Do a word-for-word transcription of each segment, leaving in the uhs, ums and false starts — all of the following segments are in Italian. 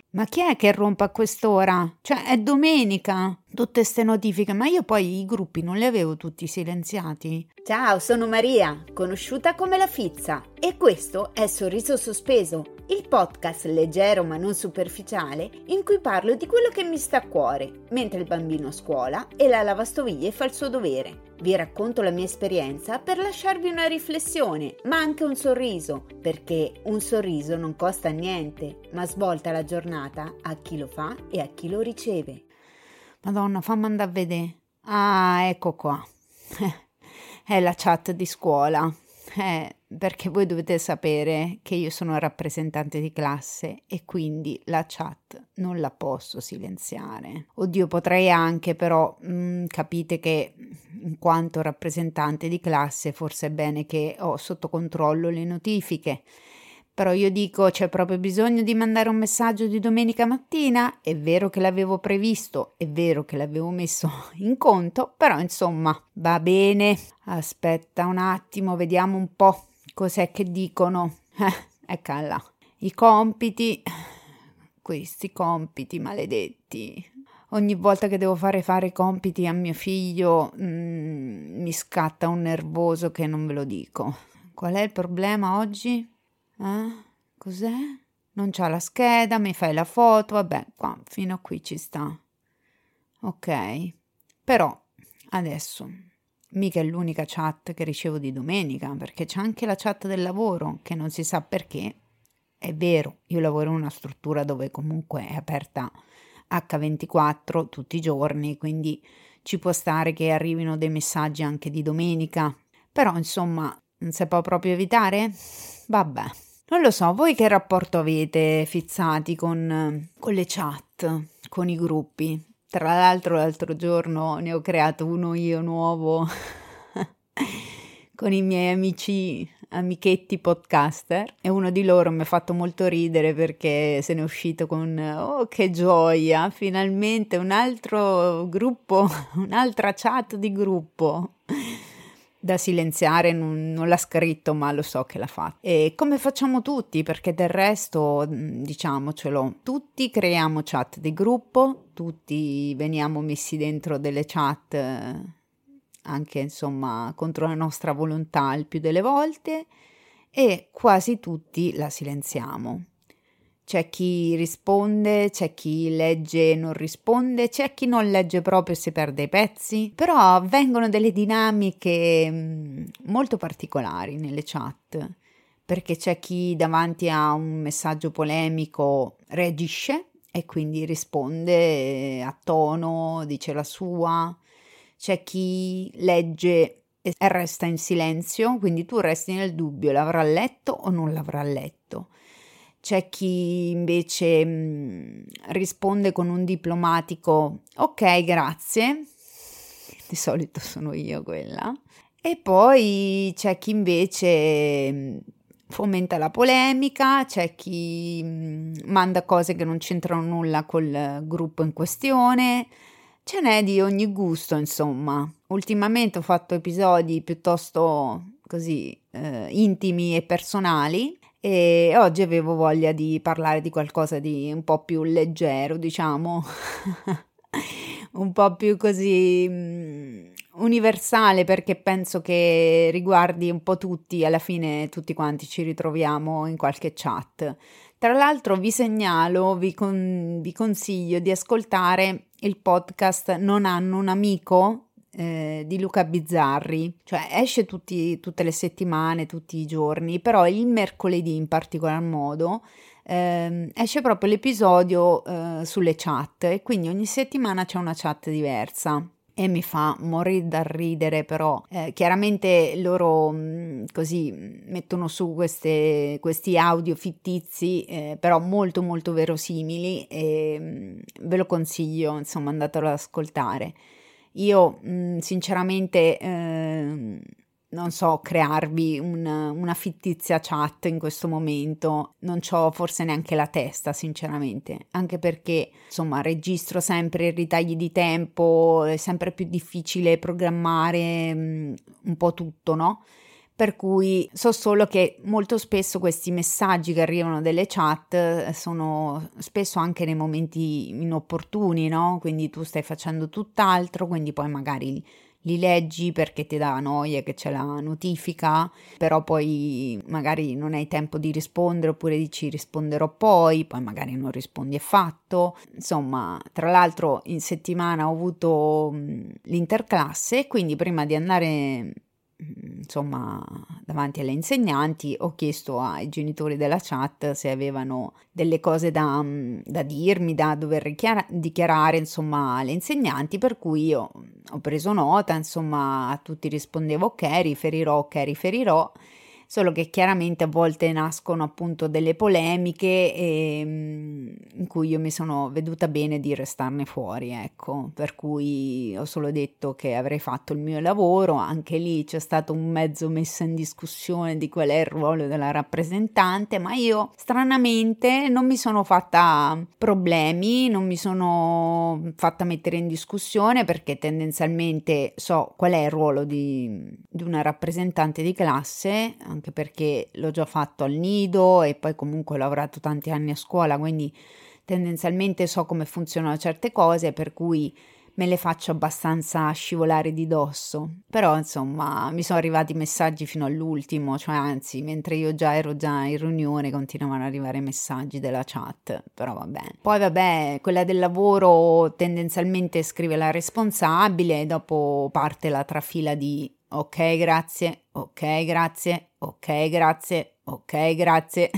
Ma chi è che rompe a quest'ora? Cioè, è domenica! Tutte ste notifiche, ma io poi i gruppi non li avevo tutti silenziati. Ciao, sono Maria, conosciuta come la Fizza, e questo è Sorriso Sospeso, il podcast leggero ma non superficiale in cui parlo di quello che mi sta a cuore, mentre il bambino a scuola e la lavastoviglie fa il suo dovere. Vi racconto la mia esperienza per lasciarvi una riflessione, ma anche un sorriso, perché un sorriso non costa niente, ma svolta la giornata a chi lo fa e a chi lo riceve. Madonna, fammi andare a vedere. Ah, ecco qua. È la chat di scuola. Eh, perché voi dovete sapere che io sono rappresentante di classe e quindi la chat non la posso silenziare. Oddio, potrei anche, però mh, capite che in quanto rappresentante di classe forse è bene che ho sotto controllo le notifiche. Però io dico, c'è proprio bisogno di mandare un messaggio di domenica mattina? È vero che l'avevo previsto, è vero che l'avevo messo in conto, però insomma, va bene. Aspetta un attimo, vediamo un po' cos'è che dicono. Eh, eccola là. I compiti, questi compiti maledetti. Ogni volta che devo fare fare i compiti a mio figlio mm, mi scatta un nervoso che non ve lo dico. Qual è il problema oggi? Eh? Cos'è? Non c'ha la scheda, mi fai la foto, vabbè, qua, fino a qui ci sta. Ok, però adesso mica è l'unica chat che ricevo di domenica, perché c'è anche la chat del lavoro, che non si sa perché. È vero, io lavoro in una struttura dove comunque è aperta acca ventiquattro tutti i giorni, quindi ci può stare che arrivino dei messaggi anche di domenica, però insomma, non si può proprio evitare? Vabbè. Non lo so, voi che rapporto avete, fizzati, con, con le chat, con i gruppi? Tra l'altro l'altro giorno ne ho creato uno io nuovo con i miei amici, amichetti podcaster, e uno di loro mi ha fatto molto ridere perché se n'è uscito con «Oh, che gioia, finalmente un altro gruppo, un'altra chat di gruppo!» Da silenziare, non, non l'ha scritto, ma lo so che l'ha fatto. E come facciamo tutti, perché del resto, diciamocelo, tutti creiamo chat di gruppo, tutti veniamo messi dentro delle chat, anche insomma contro la nostra volontà il più delle volte, e quasi tutti la silenziamo. C'è chi risponde, c'è chi legge e non risponde, c'è chi non legge proprio e si perde i pezzi, però avvengono delle dinamiche mh, molto particolari nelle chat, perché c'è chi davanti a un messaggio polemico reagisce e quindi risponde a tono, dice la sua, c'è chi legge e resta in silenzio, quindi tu resti nel dubbio, l'avrà letto o non l'avrà letto. C'è chi invece mh, risponde con un diplomatico «Ok, grazie», di solito sono io quella, e poi c'è chi invece mh, fomenta la polemica, c'è chi mh, manda cose che non c'entrano nulla col gruppo in questione, ce n'è di ogni gusto, insomma. Ultimamente ho fatto episodi piuttosto così eh, intimi e personali, e oggi avevo voglia di parlare di qualcosa di un po' più leggero, diciamo, un po' più così mh, universale, perché penso che riguardi un po' tutti, alla fine tutti quanti ci ritroviamo in qualche chat. Tra l'altro vi segnalo, vi, con, vi consiglio di ascoltare il podcast Non hanno un amico eh, di Luca Bizzarri, cioè esce tutti, tutte le settimane, tutti i giorni, però il mercoledì in particolar modo eh, esce proprio l'episodio eh, sulle chat, e quindi ogni settimana c'è una chat diversa. E mi fa morire dal ridere, però eh, chiaramente loro mh, così mettono su queste, questi audio fittizi, eh, però molto molto verosimili, e mh, ve lo consiglio, insomma, andatelo ad ascoltare. Io mh, sinceramente eh, non so crearvi un, una fittizia chat in questo momento, non c'ho forse neanche la testa, sinceramente, anche perché insomma registro sempre i ritagli di tempo, è sempre più difficile programmare mh, un po' tutto, no? per cui so solo che molto spesso questi messaggi che arrivano dalle chat sono spesso anche nei momenti inopportuni, no? Quindi tu stai facendo tutt'altro, quindi poi magari li leggi perché ti dà noia che c'è la notifica, però poi magari non hai tempo di rispondere, oppure dici risponderò poi, poi magari non rispondi affatto. Insomma, tra l'altro in settimana ho avuto mh, l'interclasse, quindi prima di andare insomma davanti alle insegnanti ho chiesto ai genitori della chat se avevano delle cose da, da dirmi, da dover richiara- dichiarare insomma alle insegnanti, per cui io ho preso nota, insomma a tutti rispondevo ok, riferirò, ok, riferirò. Solo che chiaramente a volte nascono appunto delle polemiche e, in cui io mi sono veduta bene di restarne fuori, ecco, per cui ho solo detto che avrei fatto il mio lavoro. Anche lì c'è stato un mezzo messa in discussione di qual è il ruolo della rappresentante, ma io stranamente non mi sono fatta problemi, non mi sono fatta mettere in discussione, perché tendenzialmente so qual è il ruolo di, di una rappresentante di classe, anche perché l'ho già fatto al nido e poi comunque ho lavorato tanti anni a scuola, quindi tendenzialmente so come funzionano certe cose, per cui me le faccio abbastanza scivolare di dosso. Però insomma mi sono arrivati messaggi fino all'ultimo, cioè anzi mentre io già ero già in riunione continuavano ad arrivare messaggi della chat, però vabbè. Poi vabbè, quella del lavoro tendenzialmente scrive la responsabile e dopo parte la trafila di ok grazie, ok grazie, ok grazie, ok grazie.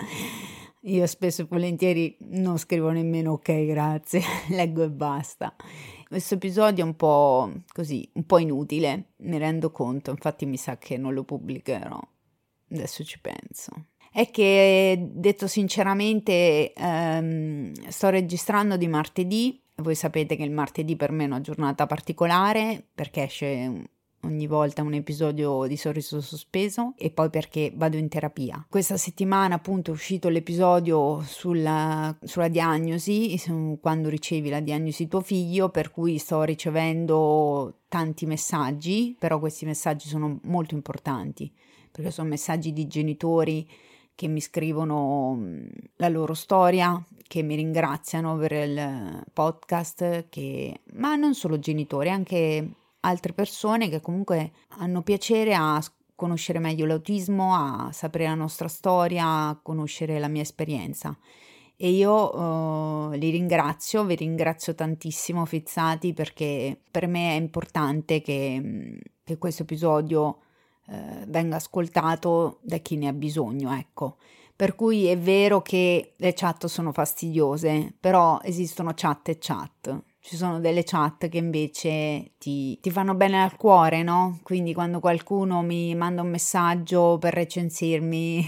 Io spesso e volentieri non scrivo nemmeno ok grazie, leggo e basta. Questo episodio è un po' così, un po' inutile, mi rendo conto, infatti mi sa che non lo pubblicherò, adesso ci penso. È che, detto sinceramente, ehm, sto registrando di martedì, voi sapete che il martedì per me è una giornata particolare, perché esce ogni volta un episodio di Sorriso Sospeso, e poi perché vado in terapia. Questa settimana appunto è uscito l'episodio sulla, sulla diagnosi, quando ricevi la diagnosi tuo figlio, per cui sto ricevendo tanti messaggi, però questi messaggi sono molto importanti, perché sono messaggi di genitori che mi scrivono la loro storia, che mi ringraziano per il podcast, che, ma non solo genitori, anche altre persone che comunque hanno piacere a conoscere meglio l'autismo, a sapere la nostra storia, a conoscere la mia esperienza. E io uh, li ringrazio, vi ringrazio tantissimo Fizzati, perché per me è importante che, che questo episodio uh, venga ascoltato da chi ne ha bisogno, ecco. Per cui è vero che le chat sono fastidiose, però esistono chat e chat. Ci sono delle chat che invece ti, ti fanno bene al cuore, no? Quindi quando qualcuno mi manda un messaggio per recensirmi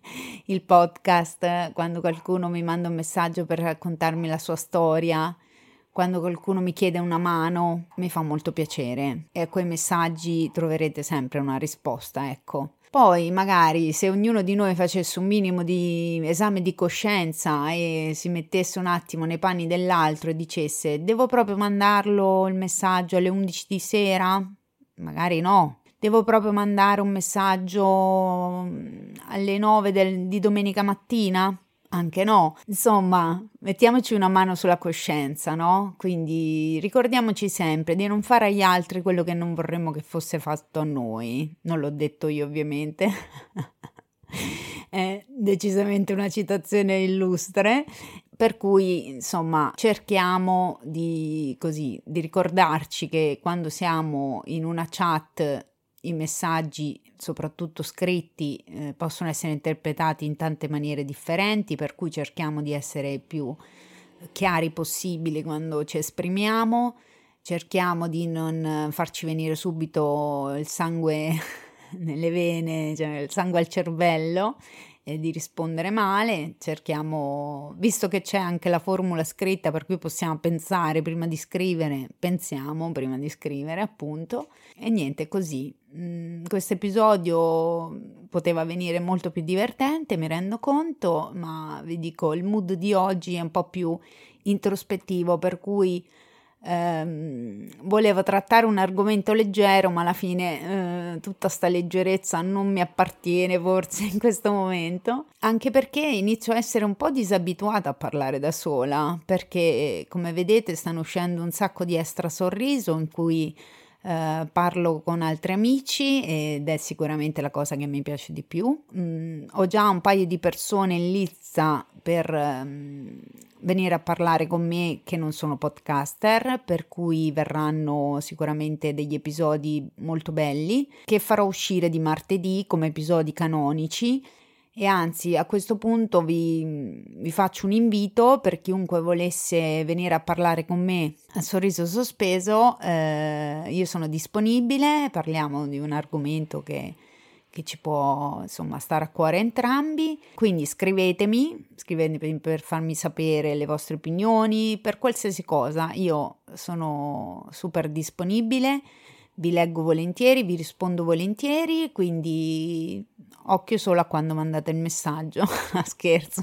il podcast, quando qualcuno mi manda un messaggio per raccontarmi la sua storia, quando qualcuno mi chiede una mano, mi fa molto piacere. E a quei messaggi troverete sempre una risposta, ecco. Poi magari se ognuno di noi facesse un minimo di esame di coscienza e si mettesse un attimo nei panni dell'altro e dicesse devo proprio mandarlo il messaggio alle undici di sera? Magari no. Devo proprio mandare un messaggio alle nove del, di domenica mattina? Anche no. Insomma, mettiamoci una mano sulla coscienza, no? Quindi ricordiamoci sempre di non fare agli altri quello che non vorremmo che fosse fatto a noi. Non l'ho detto io, ovviamente. È decisamente una citazione illustre, per cui insomma cerchiamo di così di ricordarci che quando siamo in una chat i messaggi, soprattutto scritti, eh, possono essere interpretati in tante maniere differenti, per cui cerchiamo di essere più chiari possibili quando ci esprimiamo, cerchiamo di non farci venire subito il sangue nelle vene, cioè il sangue al cervello, e di rispondere male. Cerchiamo, visto che c'è anche la formula scritta per cui possiamo pensare prima di scrivere, pensiamo prima di scrivere, appunto. E niente, così. Mm, questo episodio poteva venire molto più divertente, mi rendo conto, ma vi dico, il mood di oggi è un po' più introspettivo, per cui ehm, volevo trattare un argomento leggero, ma alla fine eh, tutta sta leggerezza non mi appartiene forse in questo momento, anche perché inizio a essere un po' disabituata a parlare da sola, perché come vedete stanno uscendo un sacco di extra sorriso in cui Uh, parlo con altri amici ed è sicuramente la cosa che mi piace di più. Mm, ho già un paio di persone in lista per um, venire a parlare con me che non sono podcaster, per cui verranno sicuramente degli episodi molto belli che farò uscire di martedì come episodi canonici. E anzi, a questo punto vi, vi faccio un invito per chiunque volesse venire a parlare con me a Sorriso Sospeso. Eh, io sono disponibile, parliamo di un argomento che, che ci può insomma stare a cuore a entrambi, quindi scrivetemi, scrivetemi per farmi sapere le vostre opinioni, per qualsiasi cosa, io sono super disponibile. Vi leggo volentieri, vi rispondo volentieri, quindi occhio solo a quando mandate il messaggio, scherzo.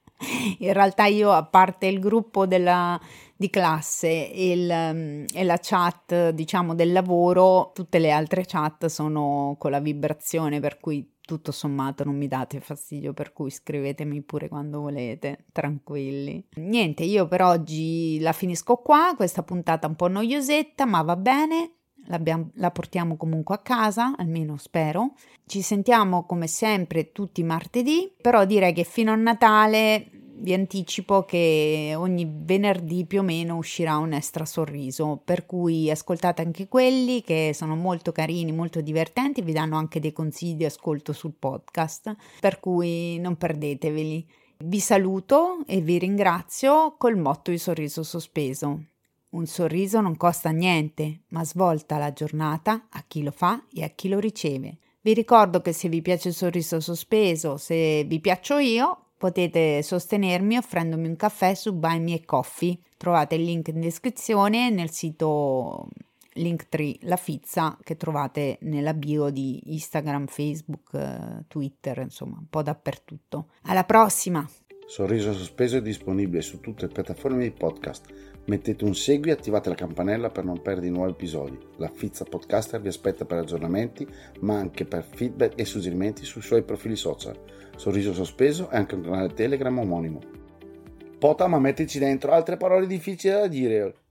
In realtà io, a parte il gruppo della, di classe e, il, e la chat, diciamo, del lavoro, tutte le altre chat sono con la vibrazione, per cui tutto sommato non mi date fastidio, per cui scrivetemi pure quando volete, tranquilli. Niente, io per oggi la finisco qua, questa puntata un po' noiosetta, ma va bene. La portiamo comunque a casa, almeno spero. Ci sentiamo come sempre tutti i martedì, però direi che fino a Natale vi anticipo che ogni venerdì più o meno uscirà un extra sorriso, per cui ascoltate anche quelli che sono molto carini, molto divertenti, vi danno anche dei consigli di ascolto sul podcast, per cui non perdeteveli. Vi saluto e vi ringrazio col motto di Sorriso Sospeso. Un sorriso non costa niente, ma svolta la giornata a chi lo fa e a chi lo riceve. Vi ricordo che se vi piace il Sorriso Sospeso, se vi piaccio io, potete sostenermi offrendomi un caffè su Buy Me a Coffee. Trovate il link in descrizione nel sito Linktree La Fizza che trovate nella bio di Instagram, Facebook, Twitter, insomma un po' dappertutto. Alla prossima! Sorriso Sospeso è disponibile su tutte le piattaforme di podcast. Mettete un segui e attivate la campanella per non perdere i nuovi episodi. La Fizza Podcaster vi aspetta per aggiornamenti, ma anche per feedback e suggerimenti sui suoi profili social. Sorriso Sospeso è anche un canale Telegram omonimo. Pota, ma mettici dentro altre parole difficili da dire.